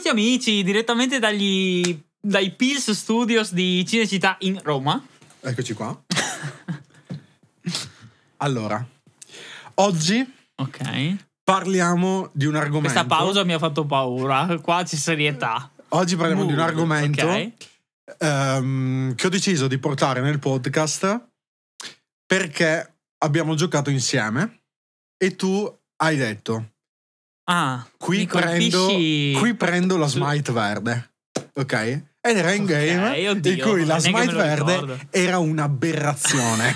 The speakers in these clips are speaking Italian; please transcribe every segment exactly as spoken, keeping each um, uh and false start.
amici, direttamente dagli dai Pils Studios di Cinecittà in Roma. Eccoci qua. Allora, oggi ok parliamo di un argomento. Questa pausa mi ha fatto paura. Qua c'è serietà. Oggi parliamo Mood. di un argomento okay. um, che ho deciso di portare nel podcast perché abbiamo giocato insieme e tu hai detto ah, qui, prendo, qui prendo la Smite verde, ok? Ed era in okay, game oddio, in cui la Smite verde ricordo. Era un'aberrazione.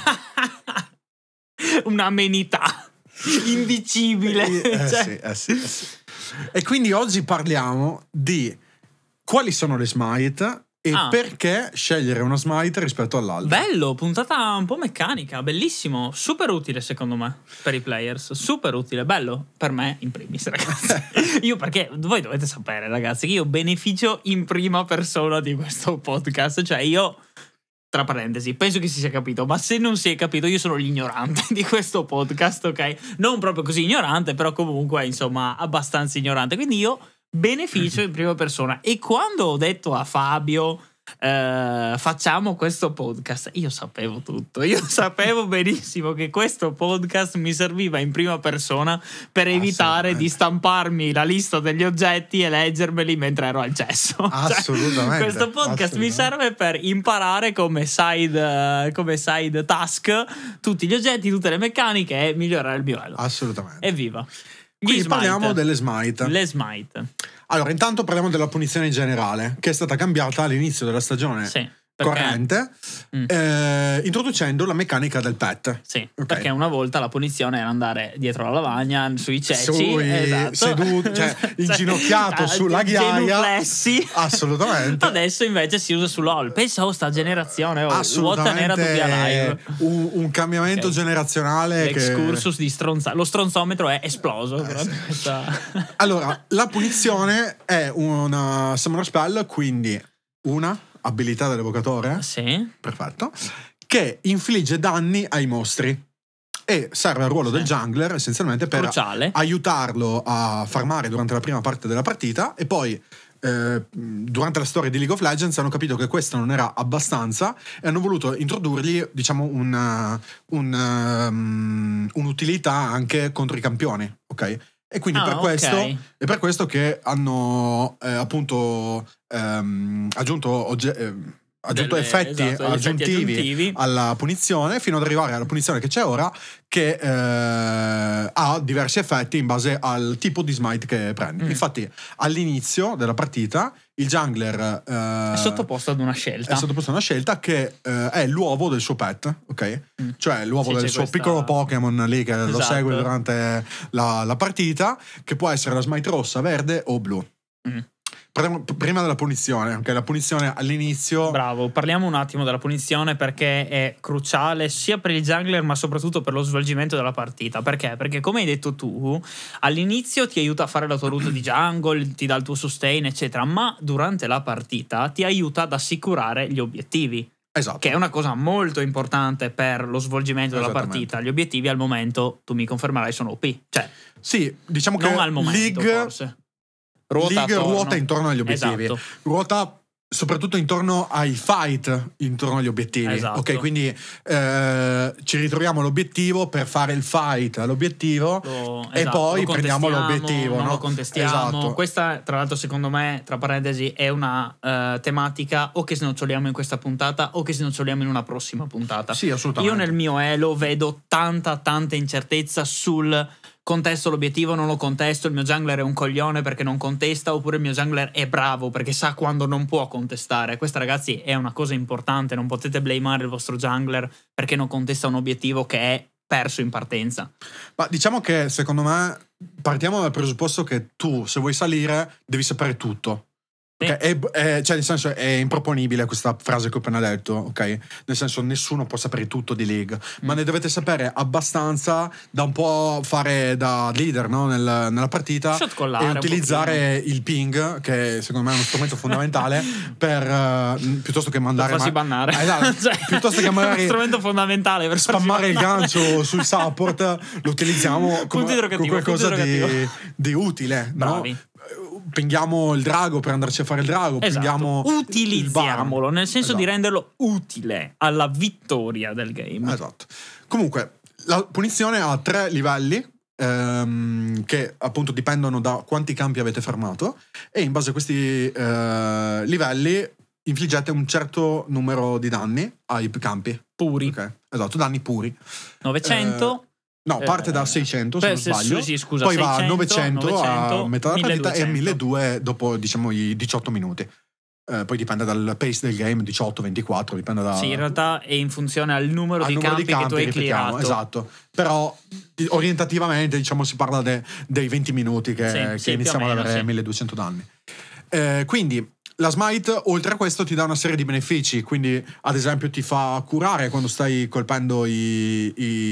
Un'amenità indicibile. Eh, cioè. sì, eh, sì, eh, sì. E quindi oggi parliamo di quali sono le Smite e ah. perché scegliere una Smite rispetto all'altra. Bello, puntata un po' meccanica, bellissimo, super utile secondo me per i players, super utile, bello per me in primis, ragazzi. Io perché voi dovete sapere, ragazzi, che io beneficio in prima persona di questo podcast, cioè io, tra parentesi, penso che si sia capito, ma se non si è capito io sono l'ignorante di questo podcast, ok? Non proprio così ignorante, però comunque insomma abbastanza ignorante, quindi io beneficio in prima persona. E quando ho detto a Fabio eh, facciamo questo podcast, io sapevo tutto, io sapevo benissimo che questo podcast mi serviva in prima persona per evitare di stamparmi la lista degli oggetti e leggermeli mentre ero al cesso. Assolutamente. Cioè, questo podcast mi serve per imparare come side, come side task tutti gli oggetti, tutte le meccaniche e migliorare il mio elo. Assolutamente. Evviva. Quindi parliamo delle Smite. Le Smite. Allora, intanto parliamo della punizione in generale, che è stata cambiata all'inizio della stagione sì, corrente, mm. eh, introducendo la meccanica del pet. Sì, okay. Perché una volta la punizione era andare dietro la lavagna, sui ceci, Sui, esatto. seduto, cioè inginocchiato cioè, sulla ghiaia. Genuflessi. Assolutamente. Adesso invece si usa su LOL. Pensa, oh, sta generazione, oh, assolutamente. What live. Un, un cambiamento okay. generazionale. L'excursus che... di stronza. Lo stronzometro è esploso. Eh, sì. questa... Allora, la punizione è una summoner spell, quindi una abilità dell'evocatore. Sì. Perfetto. Che infligge danni ai mostri. E serve al ruolo sì. del jungler essenzialmente per Cruciale. aiutarlo a farmare durante la prima parte della partita e poi eh, durante la storia di League of Legends hanno capito che questo non era abbastanza e hanno voluto introdurgli, diciamo, un, un, um, un'utilità anche contro i campioni, ok? E quindi ah, per questo okay. è per questo che hanno eh, appunto ehm, aggiunto, ogge- eh, aggiunto Delle, effetti, esatto, aggiuntivi, effetti aggiuntivi alla punizione fino ad arrivare alla punizione che c'è ora, che eh, ha diversi effetti in base al tipo di smite che prendi. Mm. Infatti all'inizio della partita il jungler eh, è sottoposto ad una scelta. È sottoposto ad una scelta che eh, è l'uovo del suo pet, ok? Mm. Cioè l'uovo sì, del suo questa... piccolo Pokémon lì che esatto. lo segue durante la, la partita, che può essere la smite rossa, verde o blu. Mm. Prima della punizione, ok? La punizione all'inizio. Bravo, parliamo un attimo della punizione perché è cruciale sia per il jungler ma soprattutto per lo svolgimento della partita. Perché? Perché come hai detto tu, all'inizio ti aiuta a fare la tua route di jungle, ti dà il tuo sustain eccetera, ma durante la partita ti aiuta ad assicurare gli obiettivi. Esatto. Che è una cosa molto importante per lo svolgimento della partita. Gli obiettivi al momento, tu mi confermerai, sono O P. Cioè, sì, diciamo non che al momento, League... forse. Ruota League attorno. ruota intorno agli obiettivi. Esatto. Ruota soprattutto intorno ai fight, intorno agli obiettivi. Esatto. Ok, quindi eh, ci ritroviamo all'obiettivo per fare il fight all'obiettivo lo, e esatto, poi prendiamo l'obiettivo. Non no? lo contestiamo. Esatto. Questa, tra l'altro, secondo me, tra parentesi, è una uh, tematica o che snoccioliamo in questa puntata o che snoccioliamo in una prossima puntata. Sì, assolutamente. Io nel mio elo vedo tanta, tanta incertezza sul contesto l'obiettivo, non lo contesto, il mio jungler è un coglione perché non contesta, oppure il mio jungler è bravo perché sa quando non può contestare. Questa, ragazzi, è una cosa importante, non potete blamare il vostro jungler perché non contesta un obiettivo che è perso in partenza. Ma diciamo che secondo me partiamo dal presupposto che tu, se vuoi salire, devi sapere tutto. Okay? È, è, cioè nel senso è improponibile questa frase che ho appena detto, ok? Nel senso nessuno può sapere tutto di League, mm. ma ne dovete sapere abbastanza da un po' fare da leader, no? Nel, nella partita e utilizzare il ping, che secondo me è uno strumento fondamentale per uh, piuttosto che mandare farsi ma- bannare eh, esatto, cioè, piuttosto che magari è uno strumento fondamentale per spammare il gancio sul support, lo utilizziamo come, come qualcosa di, di utile. Bravi. No? prendiamo il drago per andarci a fare il drago, esatto. prendiamo utilizziamolo, nel senso esatto. di renderlo utile alla vittoria del game. Esatto. Comunque, la punizione ha tre livelli ehm, che appunto dipendono da quanti campi avete fermato, e in base a questi eh, livelli infliggete un certo numero di danni ai campi. Puri. Ok, esatto, danni puri. novecento... Eh, No, parte da seicento se non sbaglio, sì, scusa, poi seicento, va a novecento, novecento a metà della partita e a milleduecento milleduecento dopo diciamo i diciotto minuti. Eh, poi dipende dal pace del game, diciotto ventiquattro, dipende da... Sì, in realtà è in funzione al numero, al di, numero campi di campi che tu hai ripetiamo, clearato. esatto. Però orientativamente diciamo si parla de, dei venti minuti che, sì, che sì, iniziamo meno, ad avere sì. milleduecento danni. Eh, quindi la Smite, oltre a questo, ti dà una serie di benefici. Quindi, ad esempio, ti fa curare quando stai colpendo i,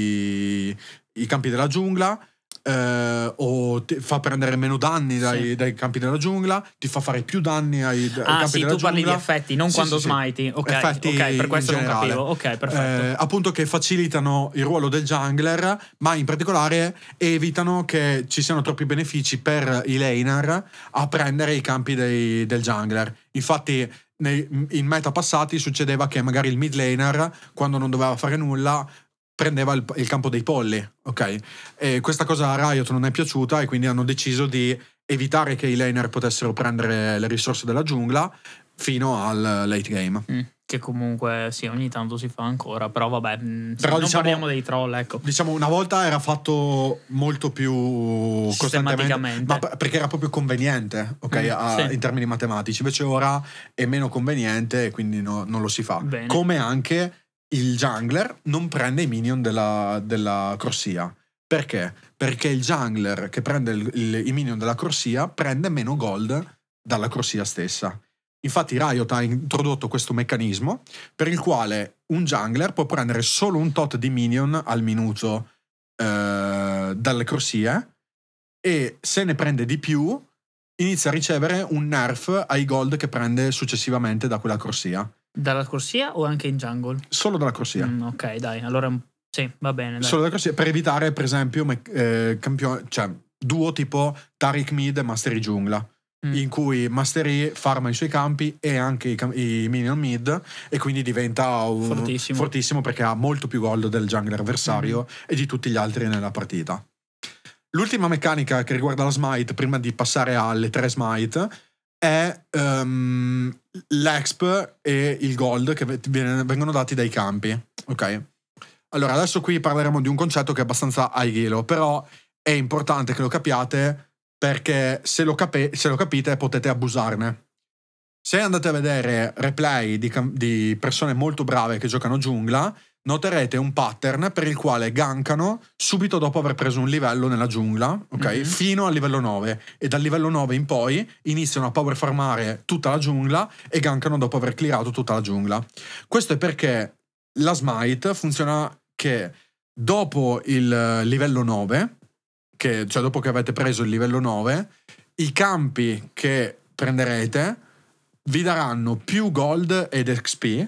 i, i campi della giungla, eh, o ti fa prendere meno danni dai, sì. dai campi della giungla, ti fa fare più danni ai, ai ah, campi sì, della tu giungla. parli di effetti, non sì, quando sì, smiti. Ok, effetti ok, per questo in non generale. capivo. Ok, perfetto. Eh, appunto, che facilitano il ruolo del jungler, ma in particolare evitano che ci siano troppi benefici per i laner a prendere i campi dei, del jungler. Infatti, nei, in meta passati succedeva che magari il mid laner, quando non doveva fare nulla, prendeva il, il campo dei polli, ok? E questa cosa a Riot non è piaciuta e quindi hanno deciso di evitare che i laner potessero prendere le risorse della giungla fino al late game. Mm, che comunque sì, ogni tanto si fa ancora, però vabbè, mh, Però non diciamo, parliamo dei troll, ecco. Diciamo una volta era fatto molto più costantemente, ma perché era proprio conveniente, ok, mm, a, sì. in termini matematici. Invece ora è meno conveniente e quindi no, non lo si fa. Bene. Come anche il jungler non prende i minion della, della corsia. Perché? Perché il jungler che prende il, il, i minion della corsia prende meno gold dalla corsia stessa. Infatti Riot ha introdotto questo meccanismo per il quale un jungler può prendere solo un tot di minion al minuto eh, dalle corsie, e se ne prende di più inizia a ricevere un nerf ai gold che prende successivamente da quella corsia. Dalla corsia o anche in jungle? Solo dalla corsia. Mm, ok, dai, allora sì, va bene. Dai. Solo dalla corsia, per evitare per esempio me- eh, campione, cioè duo tipo Taric mid e Mastery giungla, mm. in cui Mastery farma i suoi campi e anche i, cam- i minion mid, e quindi diventa un, fortissimo. fortissimo perché ha molto più gold del jungler avversario mm. e di tutti gli altri nella partita. L'ultima meccanica che riguarda la Smite, prima di passare alle tre Smite, è um, l'exp e il gold che viene, vengono dati dai campi. Ok? Allora, adesso qui parleremo di un concetto che è abbastanza aighilo, però è importante che lo capiate, perché se lo, cape- se lo capite potete abusarne. Se andate a vedere replay di, cam- di persone molto brave che giocano giungla, noterete un pattern per il quale gankano subito dopo aver preso un livello nella giungla, ok? Mm-hmm. Fino al livello nove, e dal livello nove in poi iniziano a power farmare tutta la giungla e gankano dopo aver clearato tutta la giungla. Questo è perché la Smite funziona che dopo il livello nove, che, cioè dopo che avete preso il livello nove, i campi che prenderete vi daranno più gold ed X P,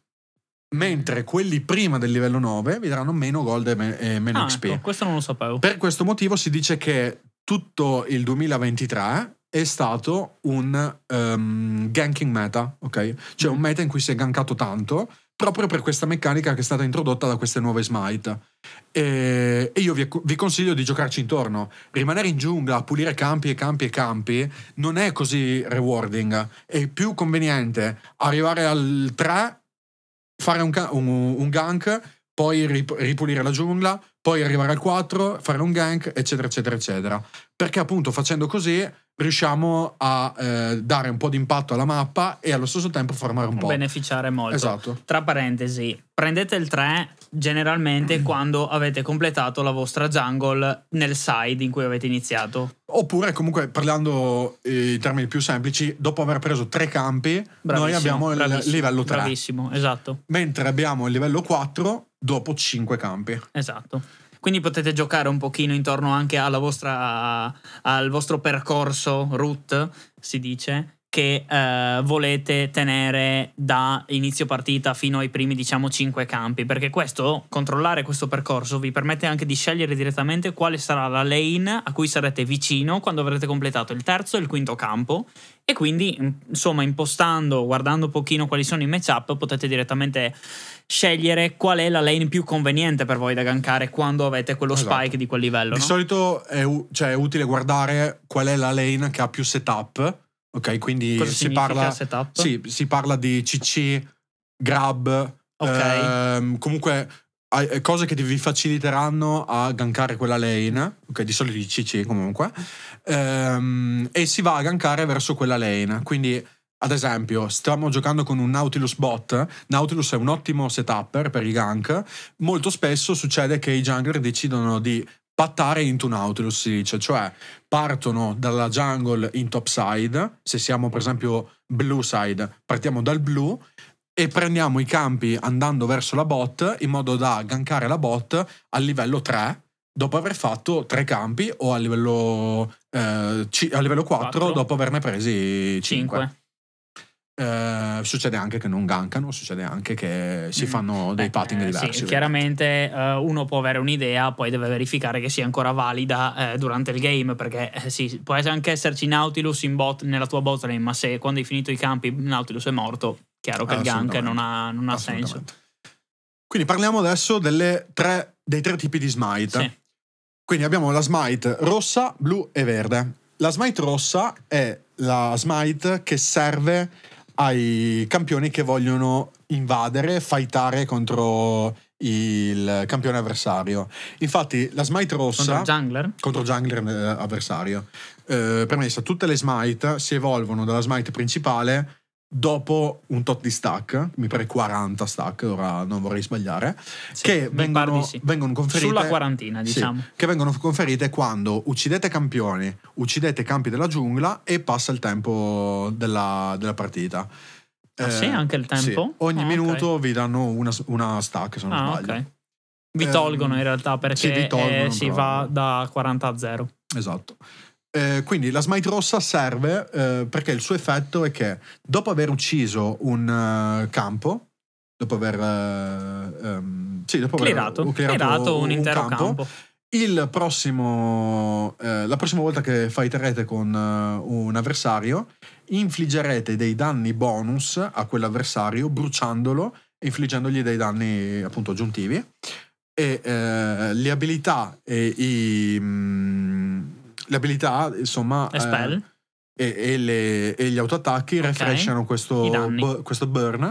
mentre quelli prima del livello nove vi daranno meno gold e, me- e meno ah, X P. Ecco, questo non lo sapevo. Per questo motivo si dice che tutto il duemilaventitré è stato un um, ganking meta, ok? Cioè mm. un meta in cui si è gankato tanto, proprio per questa meccanica che è stata introdotta da queste nuove Smite. E, e io vi, vi consiglio di giocarci intorno. Rimanere in giungla, pulire campi e campi e campi non è così rewarding. È più conveniente arrivare al tre, fare un, un, un gank, poi rip, ripulire la giungla, poi arrivare al quattro, fare un gank, eccetera eccetera eccetera, perché appunto facendo così riusciamo a eh, dare un po' di impatto alla mappa e allo stesso tempo farmare un po', beneficiare molto. Esatto. Tra parentesi, prendete il tre generalmente quando avete completato la vostra jungle nel side in cui avete iniziato, oppure comunque, parlando in termini più semplici, dopo aver preso tre campi, bravissimo, noi abbiamo il livello tre, bravissimo, esatto, mentre abbiamo il livello quattro dopo cinque campi, esatto. Quindi potete giocare un pochino intorno anche alla vostra, al vostro percorso route, si dice, che eh, volete tenere da inizio partita fino ai primi, diciamo, cinque campi, perché questo, controllare questo percorso vi permette anche di scegliere direttamente quale sarà la lane a cui sarete vicino quando avrete completato il terzo e il quinto campo, e quindi insomma impostando, guardando un pochino quali sono i matchup, potete direttamente scegliere qual è la lane più conveniente per voi da gankare quando avete quello Esatto. spike di quel livello. Di no? solito è, u- cioè, è utile guardare qual è la lane che ha più setup. Ok, quindi Cosa si significa parla, setup? sì, si parla di C C, grab, Ok. ehm, comunque eh, cose che vi faciliteranno a gankare quella lane, ok, di solito di C C comunque, ehm, e si va a gankare verso quella lane. Quindi, ad esempio, stiamo giocando con un Nautilus bot. Nautilus è un ottimo setupper per i gank. Molto spesso succede che i jungler decidono di pattare into Nautilus, si dice, cioè partono dalla jungle in top side. Se siamo per esempio blue side, partiamo dal blu e prendiamo i campi andando verso la bot in modo da gankare la bot al livello tre dopo aver fatto tre campi, o a livello, eh, c- a livello quattro, quattro. dopo averne presi cinque. cinque. Eh, succede anche che non gankano, succede anche che si Mm. fanno dei Beh, patting eh, diversi. Sì, chiaramente eh, uno può avere un'idea, poi deve verificare che sia ancora valida eh, durante il game, perché eh, sì, può anche esserci Nautilus in bot, nella tua bot lane, ma se quando hai finito i campi Nautilus è morto, chiaro che il gank non ha, non ha senso. Quindi parliamo adesso delle tre, dei tre tipi di smite. Sì. Quindi abbiamo la smite rossa, blu e verde. La smite rossa è la smite che serve ai campioni che vogliono invadere, fightare contro il campione avversario. Infatti la smite rossa Contro il jungler? contro il jungler eh, avversario. Eh, premessa, tutte le smite si evolvono dalla smite principale dopo un tot di stack, mi pare quaranta stack, ora non vorrei sbagliare, Sì, che mi pare vengono, di sì. vengono conferite Sulla quarantina, sì, diciamo. che vengono conferite quando uccidete campioni, uccidete campi della giungla e passa il tempo della, della partita. Ah, sì, anche il tempo? Sì. Ogni Ah, minuto ok. vi danno una, una stack, se non Ah, sbaglio. ok. Vi Ehm, tolgono in realtà, perché sì, vi tolgono, eh, si però- va da quaranta a zero. Esatto. Eh, quindi la smite rossa serve eh, perché il suo effetto è che dopo aver ucciso un uh, campo, dopo aver uh, um, sì, dopo Clearato, aver clearato un intero campo, campo. il prossimo eh, la prossima volta che fighterete con uh, un avversario, infliggerete dei danni bonus a quell'avversario bruciandolo e infliggendogli dei danni appunto aggiuntivi. E eh, le abilità e i mh, le abilità, insomma, Le spell? eh, e, e, le, e gli autoattacchi Ok. refrescano questo, I danni. bu- questo burn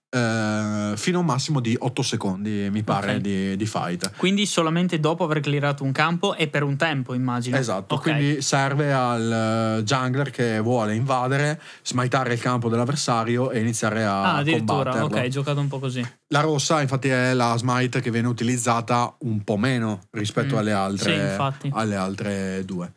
eh, fino a un massimo di otto secondi, mi pare, Ok. di, di fight. Quindi solamente dopo aver clearato un campo e per un tempo, immagino. Esatto, Ok. quindi serve al jungler che vuole invadere, smitare il campo dell'avversario e iniziare a Ah, addirittura, combatterlo. ok, hai giocato un po' così. La rossa infatti è la smite che viene utilizzata un po' meno rispetto Mm. alle Sì, altre, infatti. alle altre due.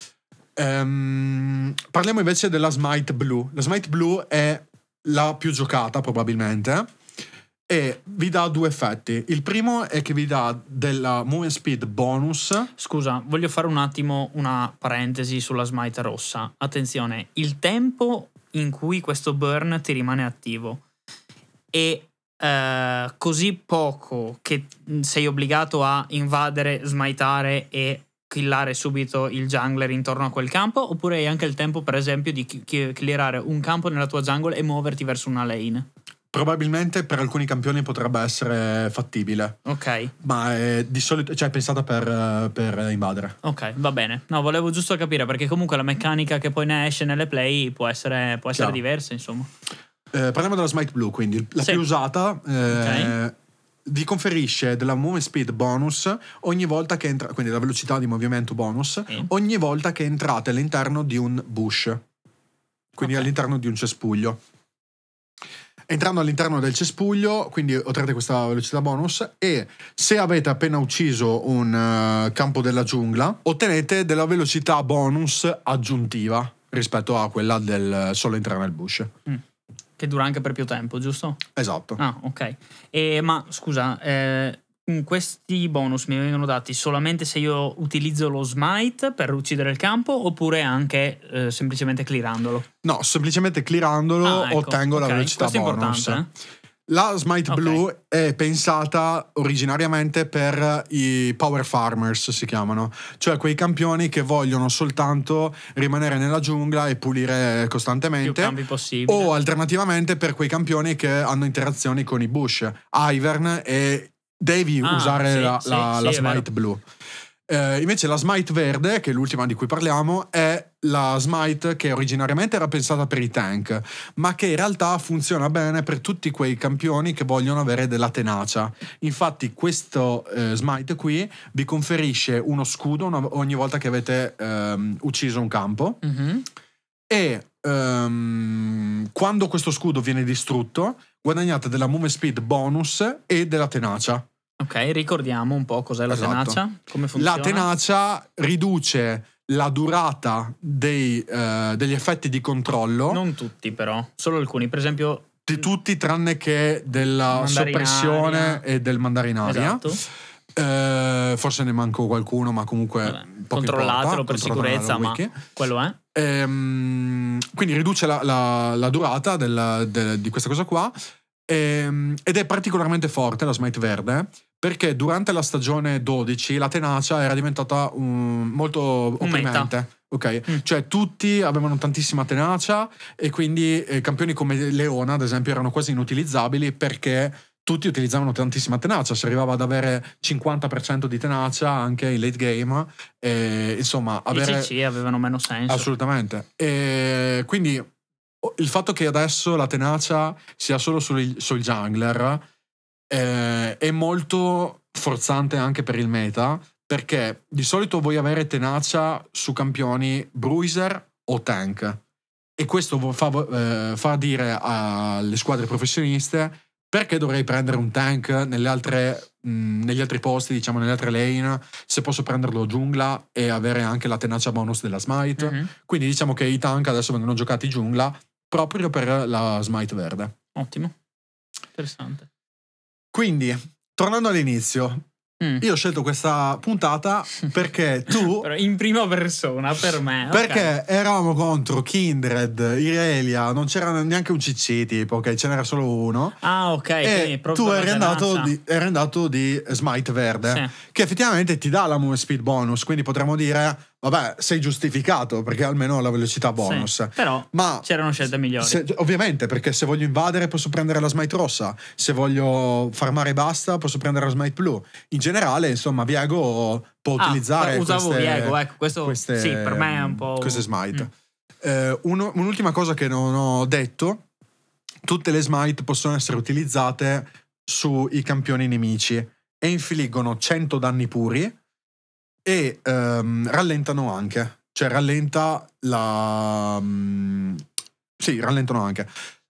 Ehm, parliamo invece della smite blu. La smite blu è la più giocata probabilmente e vi dà due effetti. Il primo è che vi dà della movement speed bonus. Scusa, voglio fare un attimo una parentesi sulla smite rossa. Attenzione, il tempo in cui questo burn ti rimane attivo è eh, così poco che sei obbligato a invadere, smitare e killare subito il jungler intorno a quel campo, oppure hai anche il tempo, per esempio, di chi- chi- clearare un campo nella tua jungle e muoverti verso una lane? Probabilmente per alcuni campioni potrebbe essere fattibile, Ok, ma è di solito, cioè è pensata per, per invadere. ok, va bene. No, volevo giusto capire, perché comunque la meccanica che poi ne esce nelle play può essere, può essere Chiaro. diversa, insomma. Eh, parliamo della smite blu, quindi la Sì. più usata. Eh, vi conferisce della movement speed bonus ogni volta che entra, quindi la velocità di movimento bonus Sì. ogni volta che entrate all'interno di un bush, quindi Ok. all'interno di un cespuglio. Entrando all'interno del cespuglio, quindi otterrete questa velocità bonus, e se avete appena ucciso un uh, campo della giungla, ottenete della velocità bonus aggiuntiva rispetto a quella del solo entrare nel bush. Mm. Che dura anche per più tempo, giusto? Esatto. Ah, ok. E, ma scusa, eh, mh, questi bonus mi vengono dati solamente se io utilizzo lo smite per uccidere il campo oppure anche eh, semplicemente clearandolo? No, semplicemente clearandolo Ah, ecco, ottengo la ok, velocità questo è bonus. importante, eh? La Smite Ok. Blue è pensata originariamente per i power farmers, si chiamano, cioè quei campioni che vogliono soltanto rimanere nella giungla e pulire Più costantemente, campi possibili. o alternativamente per quei campioni che hanno interazioni con i bush, Ivern, e devi Ah, usare sì, la, sì, la- sì, la è Smite Blue. Eh, invece la Smite verde, che è l'ultima di cui parliamo, è la Smite che originariamente era pensata per i tank, ma che in realtà funziona bene per tutti quei campioni che vogliono avere della tenacia. Infatti questo eh, Smite qui vi conferisce uno scudo una- ogni volta che avete ehm, ucciso un campo, Mhm. e ehm, quando questo scudo viene distrutto guadagnate della movement speed bonus e della tenacia. Ok, ricordiamo un po' cos'è la Esatto. tenacia, come funziona. La tenacia riduce la durata dei, eh, degli effetti di controllo Non tutti però, solo alcuni. Per esempio, di tutti tranne che della Mandarinaria. soppressione e del mandarinaria. esatto. Eh, forse ne manco qualcuno, ma comunque Vabbè, poco controllatelo importa, per controllatelo sicurezza, al ma wiki. quello è. Ehm, quindi riduce la, la- la durata del- del- di questa cosa qua. Ehm, ed è particolarmente forte la Smite verde perché durante la stagione dodici la tenacia era diventata um, molto opprimente. Ok, Mm. cioè tutti avevano tantissima tenacia e quindi eh, campioni come Leona, ad esempio, erano quasi inutilizzabili perché tutti utilizzavano tantissima tenacia. Si arrivava ad avere cinquanta per cento di tenacia anche in late game. E, insomma, avere... I C C avevano meno senso. Assolutamente. E quindi il fatto che adesso la tenacia sia solo sul, sul jungler eh, è molto forzante anche per il meta, perché di solito vuoi avere tenacia su campioni bruiser o tank, e questo fa, eh, fa dire alle squadre professioniste perché dovrei prendere un tank nelle altre, mh, negli altri posti, diciamo nelle altre lane, se posso prenderlo giungla e avere anche la tenacia bonus della smite. Mhm. Quindi diciamo che i tank adesso vengono giocati giungla proprio per la smite verde. Ottimo. Interessante. Quindi, tornando all'inizio, Mm. io ho scelto questa puntata perché tu... Però in prima persona per me. ok. Perché eravamo contro Kindred, Irelia, non c'era neanche un C C tipo, ok, ce n'era solo uno. Ah, ok. quindi E proprio tu per eri la andato, tenacia. di, eri andato di Smite verde, Sì. che effettivamente ti dà la move speed bonus, quindi potremmo dire, vabbè, sei giustificato perché almeno ho la velocità bonus. Sì, però Ma c'erano scelte migliori. se- ovviamente, perché se voglio invadere posso prendere la Smite rossa, se voglio farmare e basta posso prendere la Smite blu. In generale, insomma, Viego può Ah, utilizzare usavo queste, Viego, ecco, questo queste, sì, per me è un po' queste Smite. Mm. Eh, uno- un'ultima cosa che non ho detto: tutte le Smite possono essere utilizzate sui campioni nemici e infliggono cento danni puri e ehm, rallentano anche, cioè rallenta la mm, sì, rallentano anche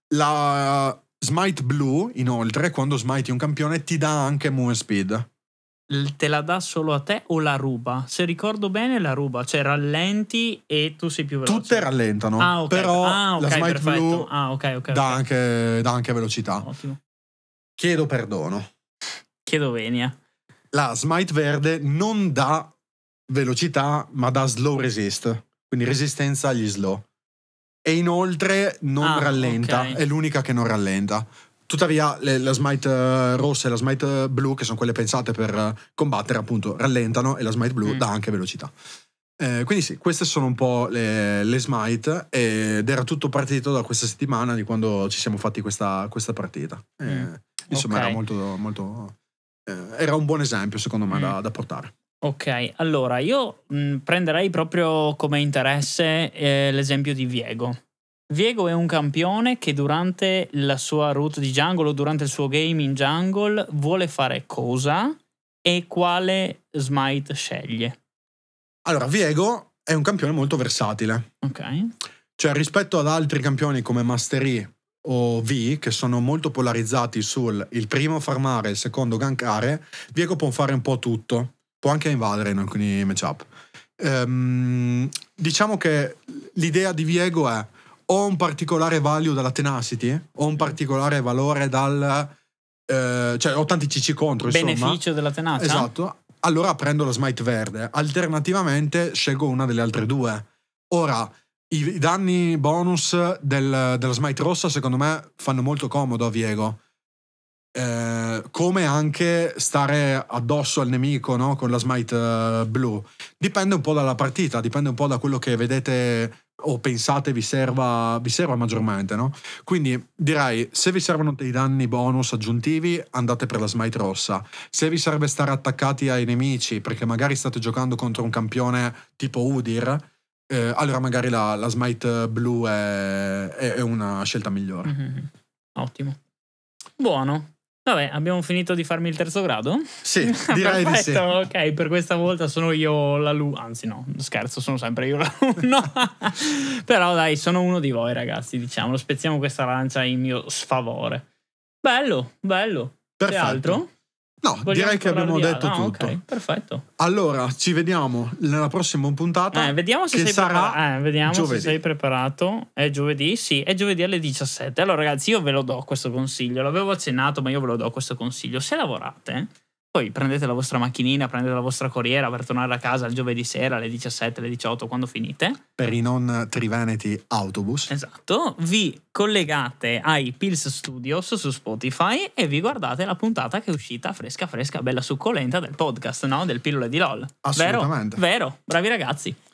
la Smite blu. Inoltre, quando smiti un campione ti dà anche movement speed. L- Te la dà solo a te o la ruba? Se ricordo bene la ruba, cioè rallenti e tu sei più veloce. Tutte rallentano, Ah, ok. però Ah, ok, la Smite perfetto. blu Ah, ok, ok. dà, ok. Anche, dà anche velocità. Ottimo. Chiedo perdono. Chiedo venia. La Smite verde non dà velocità, ma dà slow resist, quindi resistenza agli slow. E inoltre non Ah, rallenta, ok. è l'unica che non rallenta. Tuttavia, le- la Smite eh, rossa e la Smite eh, blu, che sono quelle pensate per eh, combattere, appunto, rallentano, e la Smite blu Mm. dà anche velocità. Eh, quindi sì, queste sono un po' le, le Smite, ed era tutto partito da questa settimana, di quando ci siamo fatti questa, questa partita. Eh, Mm. Insomma, Ok. era molto... molto eh, era un buon esempio, secondo me, Mm. da, da portare. Ok, allora io mh, prenderei proprio come interesse eh, l'esempio di Viego. Viego è un campione che durante la sua route di jungle o durante il suo game in jungle vuole fare cosa e quale smite sceglie. Allora, Viego è un campione molto versatile. Ok. Cioè, rispetto ad altri campioni come Mastery o V, che sono molto polarizzati sul il primo farmare, il secondo gankare, Viego può fare un po' tutto. Può anche invadere in alcuni matchup. Ehm, diciamo che l'idea di Viego è: ho un particolare value dalla tenacity, ho un particolare valore dal eh, cioè ho tanti C C contro, insomma. Beneficio della tenacia? Esatto. Allora prendo la Smite verde. Alternativamente scelgo una delle altre due. Ora, i, i danni bonus del, della Smite rossa secondo me fanno molto comodo a Viego. Eh, come anche stare addosso al nemico, no? Con la Smite uh, blu. Dipende un po' dalla partita, dipende un po' da quello che vedete o pensate vi serva, vi serva maggiormente, no? Quindi direi, se vi servono dei danni bonus aggiuntivi, andate per la Smite rossa. Se vi serve stare attaccati ai nemici, perché magari state giocando contro un campione tipo Udyr, eh, allora magari la, la Smite blu è, è una scelta migliore. Mm-hmm. Ottimo. Buono. Vabbè, abbiamo finito di farmi il terzo grado? Sì, direi di sì. Ok, per questa volta sono io la Lu, anzi no, scherzo, sono sempre io la Lu. No. Però dai, sono uno di voi ragazzi, diciamolo, spezziamo questa lancia in mio sfavore. Bello, bello. Perfetto. Che altro? No, Vogliamo direi che abbiamo di... detto no, tutto. Ok, perfetto. Allora, ci vediamo nella prossima puntata. Eh, vediamo se che sei sarà preparato. Eh, vediamo giovedì. se sei preparato. È giovedì? Sì, è giovedì alle diciassette. Allora, ragazzi, io ve lo do questo consiglio. L'avevo accennato, ma io ve lo do questo consiglio. Se lavorate, poi prendete la vostra macchinina, prendete la vostra corriera per tornare a casa il giovedì sera alle diciassette, alle diciotto, quando finite. Per i non triveneti autobus. Esatto. Vi collegate ai Pils Studios su Spotify e vi guardate la puntata che è uscita fresca, fresca, bella succolenta del podcast, no? Del Pillole di LOL. Assolutamente. Vero? Vero. Bravi ragazzi.